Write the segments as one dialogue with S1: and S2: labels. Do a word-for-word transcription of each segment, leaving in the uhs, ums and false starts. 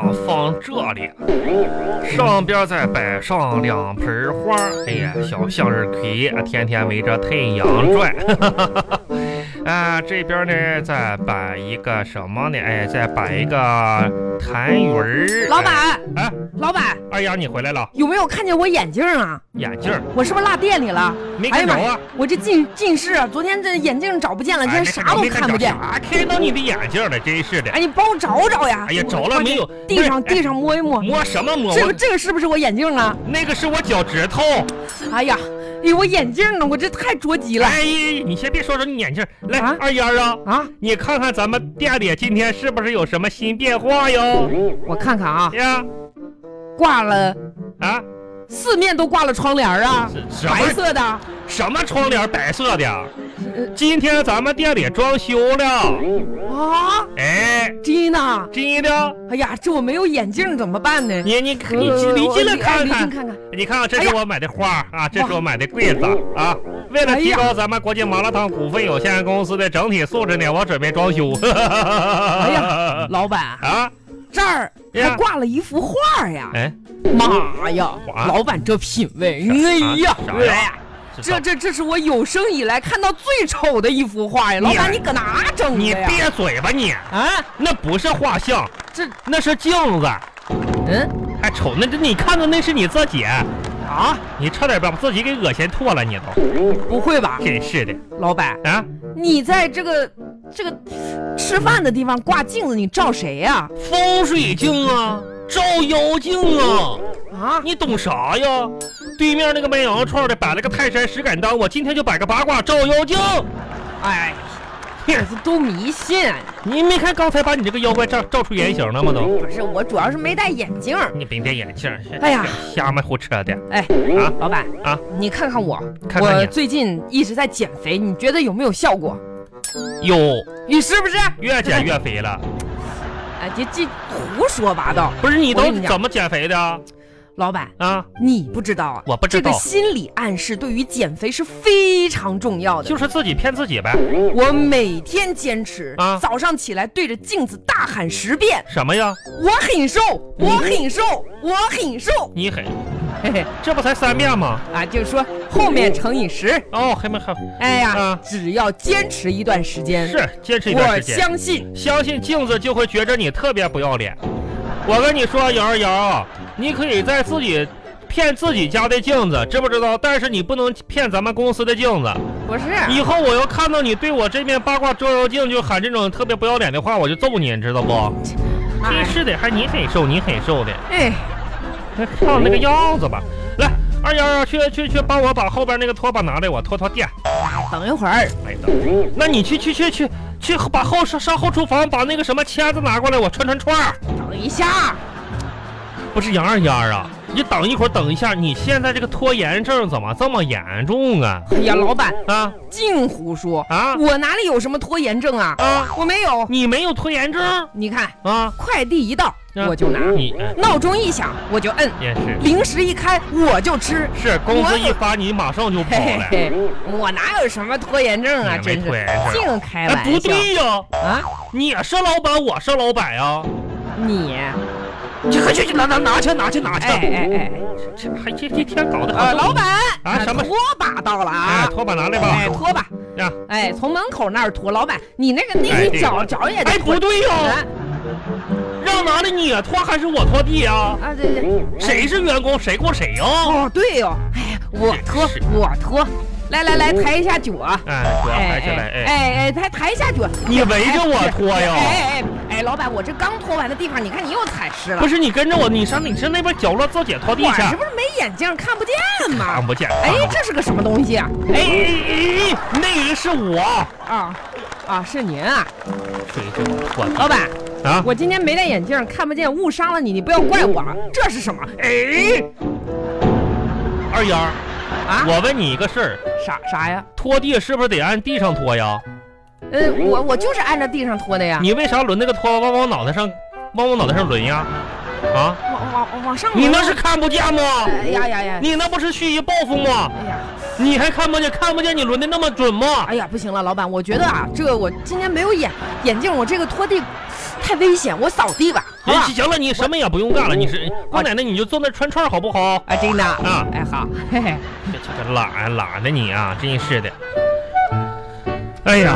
S1: 样放这里，上边再摆上两盆花。哎呀，小向日葵天天围着太阳转。啊，这边呢再摆一个什么呢？哎，再摆一个痰盂儿。
S2: 老板，
S1: 哎，
S2: 老板，
S1: 二丫你回来了？
S2: 有没有看见我眼镜啊？
S1: 眼镜？
S2: 我是不是落店里了？
S1: 没看着啊！
S2: 我这近近视啊，昨天这眼镜找不见了，今天啥都看不见。
S1: 啥看到你的眼镜了？真是的！
S2: 哎，你帮我找找呀！
S1: 哎呀，找了没有？
S2: 地上地上摸一摸。
S1: 摸什么摸？
S2: 这个这个是不是我眼镜啊？
S1: 那个是我脚趾头。
S2: 哎呀！哎，我眼镜呢？我这太着急了。
S1: 哎，你先别说说你眼镜，来，啊、二丫啊啊，你看看咱们店里今天是不是有什么新变化哟？
S2: 我看看啊。
S1: 呀，
S2: 挂了
S1: 啊，
S2: 四面都挂了窗帘啊，白色的。
S1: 什么窗帘白色的？呃、今天咱们店里装修了
S2: 啊！
S1: 哎，
S2: 真的？
S1: 真的？
S2: 哎呀，这我没有眼镜怎么办呢？
S1: 你你你离近了看看，
S2: 看看，
S1: 你看这是我买的花、哎、啊，这是我买的柜子啊。为了提高咱们国际麻辣烫股份有限公司的整体素质呢，我准备装修。
S2: 哎呀，老板
S1: 啊，
S2: 这儿还挂了一幅画呀！
S1: 哎，
S2: 妈呀，老板这品味，哎呀，
S1: 啥呀？
S2: 这这这是我有生以来看到最丑的一幅画呀！老板，你搁哪整的
S1: 呀？你闭嘴吧你！
S2: 啊，
S1: 那不是画像，这那是镜子。
S2: 嗯，
S1: 还丑？那这你看的那是你自己
S2: 啊！
S1: 你差点把自己给恶心吐了，你都
S2: 不会吧？
S1: 真是的，
S2: 老板
S1: 啊！
S2: 你在这个这个吃饭的地方挂镜子，你照谁呀？
S1: 风水镜啊，照妖镜啊！
S2: 啊，
S1: 你懂啥呀？对面那个卖羊肉串的摆了个泰山石敢当，我今天就摆个八卦照妖镜。
S2: 哎，这都迷信。
S1: 你没看刚才把你这个妖怪照照出原形了吗？都
S2: 不是，我主要是没戴眼镜。
S1: 你没戴眼镜？
S2: 哎呀，
S1: 瞎么胡扯的。
S2: 哎啊，老板
S1: 啊，
S2: 你看看我，
S1: 看看
S2: 我最近一直在减肥，你觉得有没有效果？
S1: 有，
S2: 你是不是
S1: 越减越肥了？
S2: 哎，这这胡说八道！
S1: 不是你都怎么减肥的？
S2: 老板
S1: 啊，
S2: 你不知道啊？
S1: 我不知道。
S2: 这个心理暗示对于减肥是非常重要的，
S1: 就是自己骗自己呗。
S2: 我每天坚持
S1: 啊，
S2: 早上起来对着镜子大喊十遍
S1: 什么呀？
S2: 我很瘦，我很瘦，我很瘦。
S1: 你很，嘿嘿，这不才三遍吗？
S2: 啊，就是说后面乘以十。
S1: 哦，还没还。
S2: 哎呀，
S1: 啊、
S2: 只要坚持一段时间，
S1: 是坚持一段时间，
S2: 我相信，
S1: 相信镜子就会觉着你特别不要脸。我跟你说，瑶儿瑶啊，你可以在自己骗自己家的镜子，知不知道？但是你不能骗咱们公司的镜子。
S2: 不是，
S1: 以后我要看到你对我这面八卦照妖镜就喊这种特别不要脸的话，我就揍你，你知道不？真是的，还你很瘦，你很瘦的。
S2: 哎，
S1: 看那个样子吧。来，二丫啊，去去去，帮我把后边那个拖把拿来，我拖拖地。
S2: 等一会儿，
S1: 哎，等。那你去去去去去把后上上后厨房把那个什么签子拿过来，我串串串。
S2: 等一下，
S1: 不是杨二丫啊，你等一会儿，等一下，你现在这个拖延症怎么这么严重啊？
S2: 哎呀，老板
S1: 啊，
S2: 净胡说
S1: 啊！
S2: 我哪里有什么拖延症啊？
S1: 啊，
S2: 我没有。
S1: 你没有拖延症？
S2: 你看
S1: 啊，
S2: 快递一到。
S1: 啊、
S2: 我就拿，
S1: 你
S2: 闹钟一响我就摁，
S1: 也是，
S2: 零食一开我就吃，
S1: 是工资一发你马上就跑了。
S2: 嘿嘿我哪有什么拖延症啊？真是净开玩笑。
S1: 哎，不对呀！
S2: 啊，
S1: 你也是老板，我是老板呀。
S2: 你，
S1: 去去去，拿拿拿去拿去拿去！
S2: 哎哎哎，
S1: 这还这一天搞得
S2: 啊，老板
S1: 啊，什么
S2: 拖把到了啊？
S1: 哎，拖把拿来吧。
S2: 哎，拖把
S1: 呀，
S2: 哎，从门口那儿拖。老板，你那个那个脚脚也
S1: 哎，不对呀。让拿的你拖还是我拖地呀？
S2: 啊，对对，
S1: 谁是员工谁过谁呀？
S2: 哦，对哟，哎，我拖我拖，来来来，抬一下脚啊！
S1: 哎，脚抬起来，哎
S2: 哎哎，抬抬一下脚。
S1: 你围着我拖呀？
S2: 哎哎哎，老板，我这刚拖完的地方，你看你又踩湿了。
S1: 不是你跟着我，你上你上那边角落自己拖地去。
S2: 我是不是没眼镜看不见吗？
S1: 看不见。
S2: 哎，这是个什么东西啊？
S1: 哎哎哎，那个是我
S2: 啊啊，是您啊？
S1: 谁这么拖？
S2: 老板。
S1: 啊！
S2: 我今天没戴眼镜，看不见，误伤了你，你不要怪我。这是什么？
S1: 哎，二丫
S2: 啊，
S1: 我问你一个事儿，
S2: 啥啥呀？
S1: 拖地是不是得按地上拖呀？
S2: 呃，我我就是按照地上拖的呀。
S1: 你为啥抡那个拖往我脑袋上，往我脑袋上抡呀？啊，
S2: 往往往上。
S1: 你那是看不见吗？
S2: 哎呀呀呀！
S1: 你那不是蓄意报复吗？
S2: 哎呀，
S1: 你还看不见？看不见你抡的那么准吗？
S2: 哎呀，不行了，老板，我觉得啊，这个我今天没有眼眼镜，我这个拖地太危险，我扫地吧。 好吧？
S1: 行了，你什么也不用干了，你是姑奶奶，你就坐那串串好不好？
S2: 啊，真的
S1: 啊，
S2: 哎好，嘿嘿，
S1: 这这这懒懒的你啊，真是的。哎呀，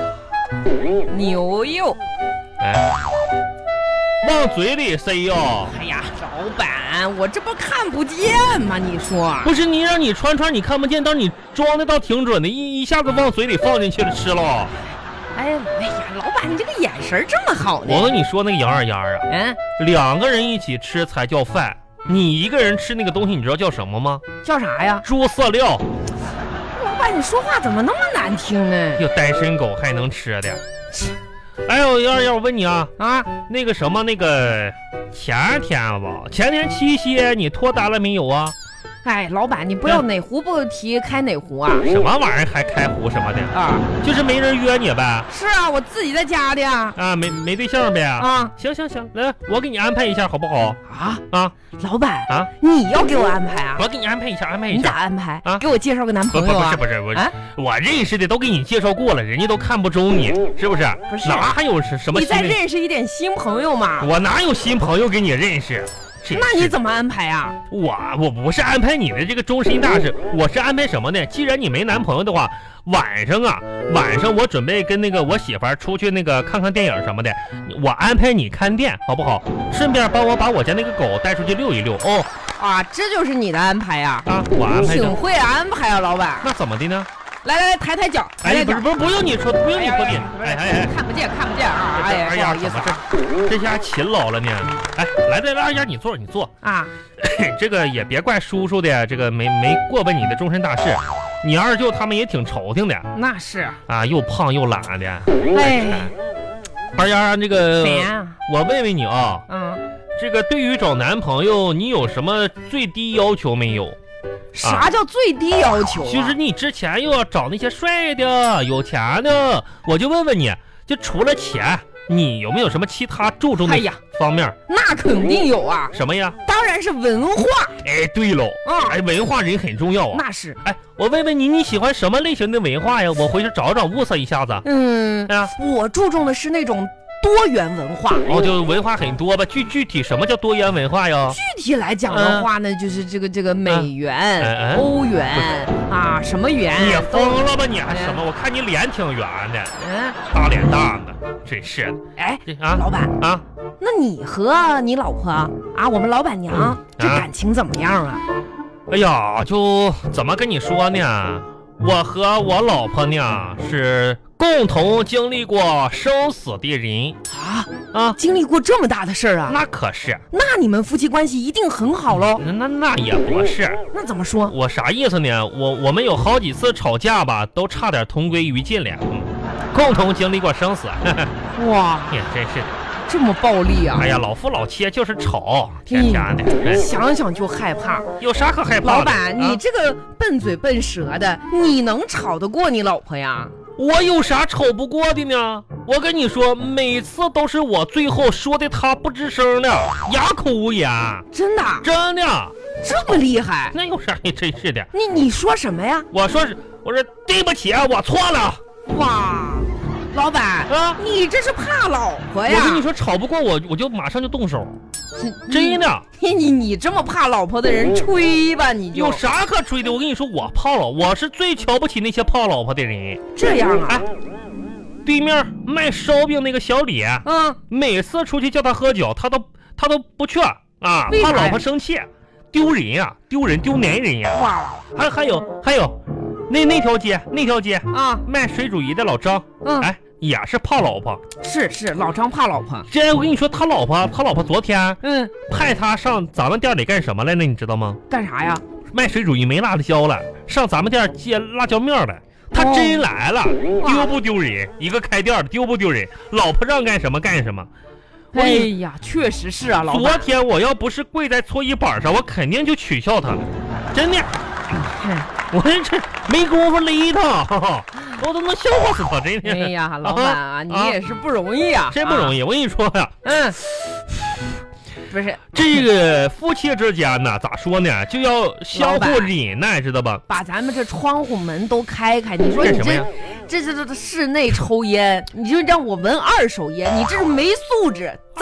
S2: 牛肉，
S1: 哎，往嘴里塞哟。
S2: 哎呀，老板，我这不看不见吗？你说
S1: 不是你让你串串你看不见，但是你装的倒挺准的，一一下子往嘴里放进去了吃了。
S2: 哎呀，哎呀，老板，你这个眼神这么好呢？
S1: 我跟你说那个杨二丫啊，
S2: 嗯，
S1: 两个人一起吃才叫饭，你一个人吃那个东西，你知道叫什么吗？
S2: 叫啥呀？
S1: 猪饲料。
S2: 老板，你说话怎么那么难听呢？
S1: 有单身狗还能吃的。哎呦，杨二丫，我问你啊
S2: 啊，
S1: 那个什么那个前天吧，前天七夕你脱单了没有啊？
S2: 哎，老板，你不要哪壶不提开哪壶啊！
S1: 什么玩意儿还开壶什么的
S2: 啊？
S1: 就是没人约你呗？
S2: 是啊，我自己在家的呀。
S1: 啊，没没对象呗？
S2: 啊，
S1: 行行行，来，我给你安排一下好不好？
S2: 啊
S1: 啊，
S2: 老板
S1: 啊，
S2: 你要给我安排啊？
S1: 我给你安排一下，安排一下。
S2: 你咋安排
S1: 啊？
S2: 给我介绍个男朋友啊？
S1: 不不是不是，我、
S2: 啊、
S1: 我认识的都给你介绍过了，人家都看不中你，是不是？
S2: 不是，
S1: 哪还有什么？
S2: 你再认识一点新朋友嘛？
S1: 我哪有新朋友给你认识？
S2: 那你怎么安排啊？
S1: 我我不是安排你的这个终身大事，我是安排什么呢？既然你没男朋友的话，晚上啊，晚上我准备跟那个我媳妇儿出去那个看看电影什么的，我安排你看店好不好？顺便帮我把我家那个狗带出去遛一遛哦。
S2: 啊，这就是你的安排呀？
S1: 啊，我安排的。
S2: 挺会安排啊，老板。
S1: 那怎么的呢？
S2: 来来来，抬抬脚，抬抬脚。
S1: 哎，不是不是，不用你戳，不用你戳地。哎哎哎，
S2: 看不见看不见啊！哎呀，不好意思，
S1: 这这下勤劳了呢。哎，来来来，二丫你坐，你坐
S2: 啊。
S1: 这个也别怪叔叔的，这个没没过问你的终身大事。你二舅他们也挺愁挺的。
S2: 那是
S1: 啊，又胖又懒的。
S2: 哎，
S1: 二丫这个，
S2: 呀？
S1: 我问问你啊，
S2: 嗯，
S1: 这个对于找男朋友，你有什么最低要求没有？
S2: 啥叫最低要求、啊？
S1: 其实你之前又要找那些帅的、有钱的，我就问问你，就除了钱，你有没有什么其他注重的方面？
S2: 哎、那肯定有啊！
S1: 什么呀？
S2: 当然是文化。
S1: 哎，对喽，
S2: 啊，
S1: 哎，文化人很重要啊。
S2: 那是。
S1: 哎，我问问你，你喜欢什么类型的文化呀？我回去找找，物色一下子。
S2: 嗯，哎呀，我注重的是那种多元文化。
S1: 哦，就文化很多吧？具具体什么叫多元文化呀？
S2: 具体来讲的话呢，嗯、就是这个这个美元、嗯、欧元、嗯、啊，什么元？
S1: 你疯了吧你？还什么？我看你脸挺圆的，嗯，大脸蛋子，真是的。
S2: 哎，
S1: 啊，
S2: 老板
S1: 啊，
S2: 那你和你老婆啊，我们老板娘、嗯、这感情怎么样啊？
S1: 哎呀，就怎么跟你说呢？我和我老婆呢是共同经历过生死的人
S2: 啊啊！经历过这么大的事儿啊？
S1: 那可是。
S2: 那你们夫妻关系一定很好喽？
S1: 那那也不是。
S2: 那怎么说？
S1: 我啥意思呢？我我们有好几次吵架吧，都差点同归于尽了。嗯，共同经历过生死。呵呵
S2: 哇，
S1: 也真是的。
S2: 这么暴力啊！
S1: 哎呀，老夫老妻就是吵，天天的，
S2: 嗯、想想就害怕。
S1: 有啥可害怕的？
S2: 老板，啊、你这个笨嘴笨舌的，你能吵得过你老婆呀？
S1: 我有啥吵不过的呢？我跟你说，每次都是我最后说的她不吱声的，哑口无言。
S2: 真的？
S1: 真的？
S2: 这么厉害？
S1: 那有啥？真是的。
S2: 你你说什么呀？
S1: 我说是，我说对不起，我错了。
S2: 哇！老板啊，你这是怕老婆呀？
S1: 我跟你说，吵不过我，我就马上就动手，真的。
S2: 你你你这么怕老婆的人，吹吧你就。
S1: 有啥可吹的？我跟你说，我怕老，我是最瞧不起那些怕老婆的人。
S2: 这样啊？
S1: 哎，对面卖烧饼那个小李，
S2: 嗯，
S1: 每次出去叫他喝酒，他都他都不去啊，怕老婆生气，丢人呀、啊，丢人丢男人呀、啊。
S2: 哇！
S1: 还还有还有，那那条街那条街
S2: 啊，
S1: 卖水煮鱼的老张，
S2: 嗯，
S1: 哎。也是怕老婆，
S2: 是是，老张怕老婆。
S1: 这我跟你说，他老婆他老婆昨天
S2: 嗯
S1: 派他上咱们店里干什么来呢？你知道吗？
S2: 干啥呀？
S1: 卖水煮鱼没辣椒了，上咱们店接辣椒面来。他真来了，哦、丢不丢人？一个开店的丢不丢人？老婆让干什么干什么。
S2: 哎呀，确实是啊，老板。
S1: 昨天我要不是跪在搓衣板上，我肯定就取笑他了，真的。我这没工夫勒他，哈哈，我都能笑话死他，真的。
S2: 哎呀，老板啊，啊你也是不容易啊，
S1: 真不容易。啊、我跟你说呀，
S2: 嗯，不是
S1: 这个夫妻之间呢，咋说呢，就要相互忍耐，知道吧？
S2: 把咱们这窗户门都开开，你说你这这这这室内抽烟，你就让我闻二手烟，你这是没素质。再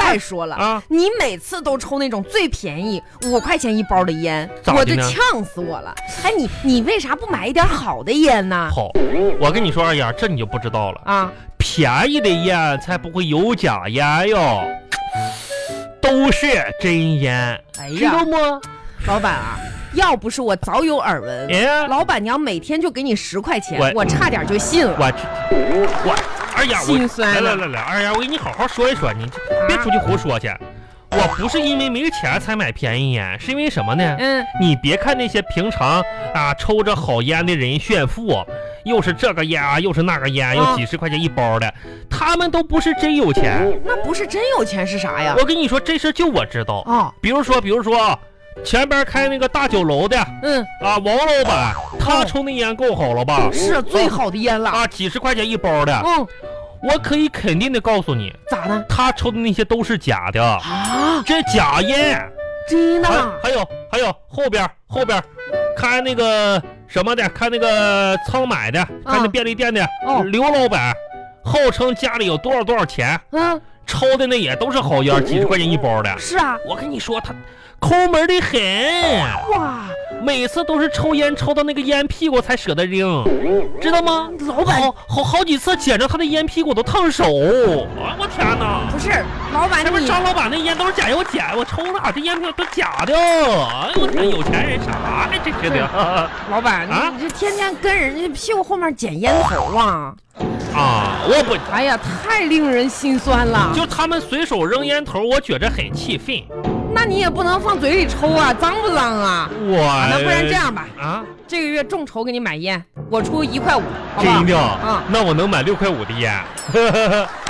S2: 再说了啊，你每次都抽那种最便宜五块钱一包的烟，我就呛死我了。哎，你你为啥不买一点好的烟呢？
S1: 好，我跟你说，二丫，这你就不知道了啊。便宜的烟才不会有假烟哟，都是真烟，哎呀，知道吗？
S2: 老板啊，要不是我早有耳闻，哎、老板娘每天就给你十块钱，我, 我差点就信了。
S1: 我我二丫，
S2: 心酸
S1: 来来来来，二丫，我给你好好说一说，你别出去胡说去。啊、我不是因为没钱才买便宜烟，是因为什么呢？嗯，你别看那些平常啊抽着好烟的人炫富，又是这个烟啊，又是那个烟，又几十块钱一包的，他们都不是真有钱。
S2: 那不是真有钱是啥呀？
S1: 我跟你说，这事就我知道啊。比如说，比如说。前边开那个大酒楼的，嗯啊，王老板，他抽那烟够好了吧？
S2: 是最好的烟了
S1: 啊，几十块钱一包的。嗯，我可以肯定的告诉你，
S2: 咋的？
S1: 他抽的那些都是假的啊，这假烟。
S2: 真的？
S1: 还有还有后边后边，开那个什么的，开那个仓买的，开那便利店的，哦，刘老板，号称家里有多少多少钱，嗯，抽的那也都是好烟，几十块钱一包的。
S2: 是啊，
S1: 我跟你说他。抠门的很哇！每次都是抽烟抽到那个烟屁股才舍得扔，知道吗？
S2: 老板
S1: 好好好几次捡着他的烟屁股都烫手，啊！我天哪！
S2: 不是老板，
S1: 这不是张老板那烟都是假油捡，我抽哪这烟屁股都假的？哎呦我天，有钱人啥呀？这是的。
S2: 老板啊，你这天天跟人家屁股后面捡烟头啊！
S1: 啊，我不，
S2: 哎呀，太令人心酸了。
S1: 就他们随手扔烟头，我觉着很气愤。
S2: 那你也不能放嘴里抽啊，脏不脏啊？
S1: 我、啊、
S2: 那不然这样吧，啊，这个月众筹给你买烟，我出一块五，
S1: 真的啊？那我能买六块五的烟。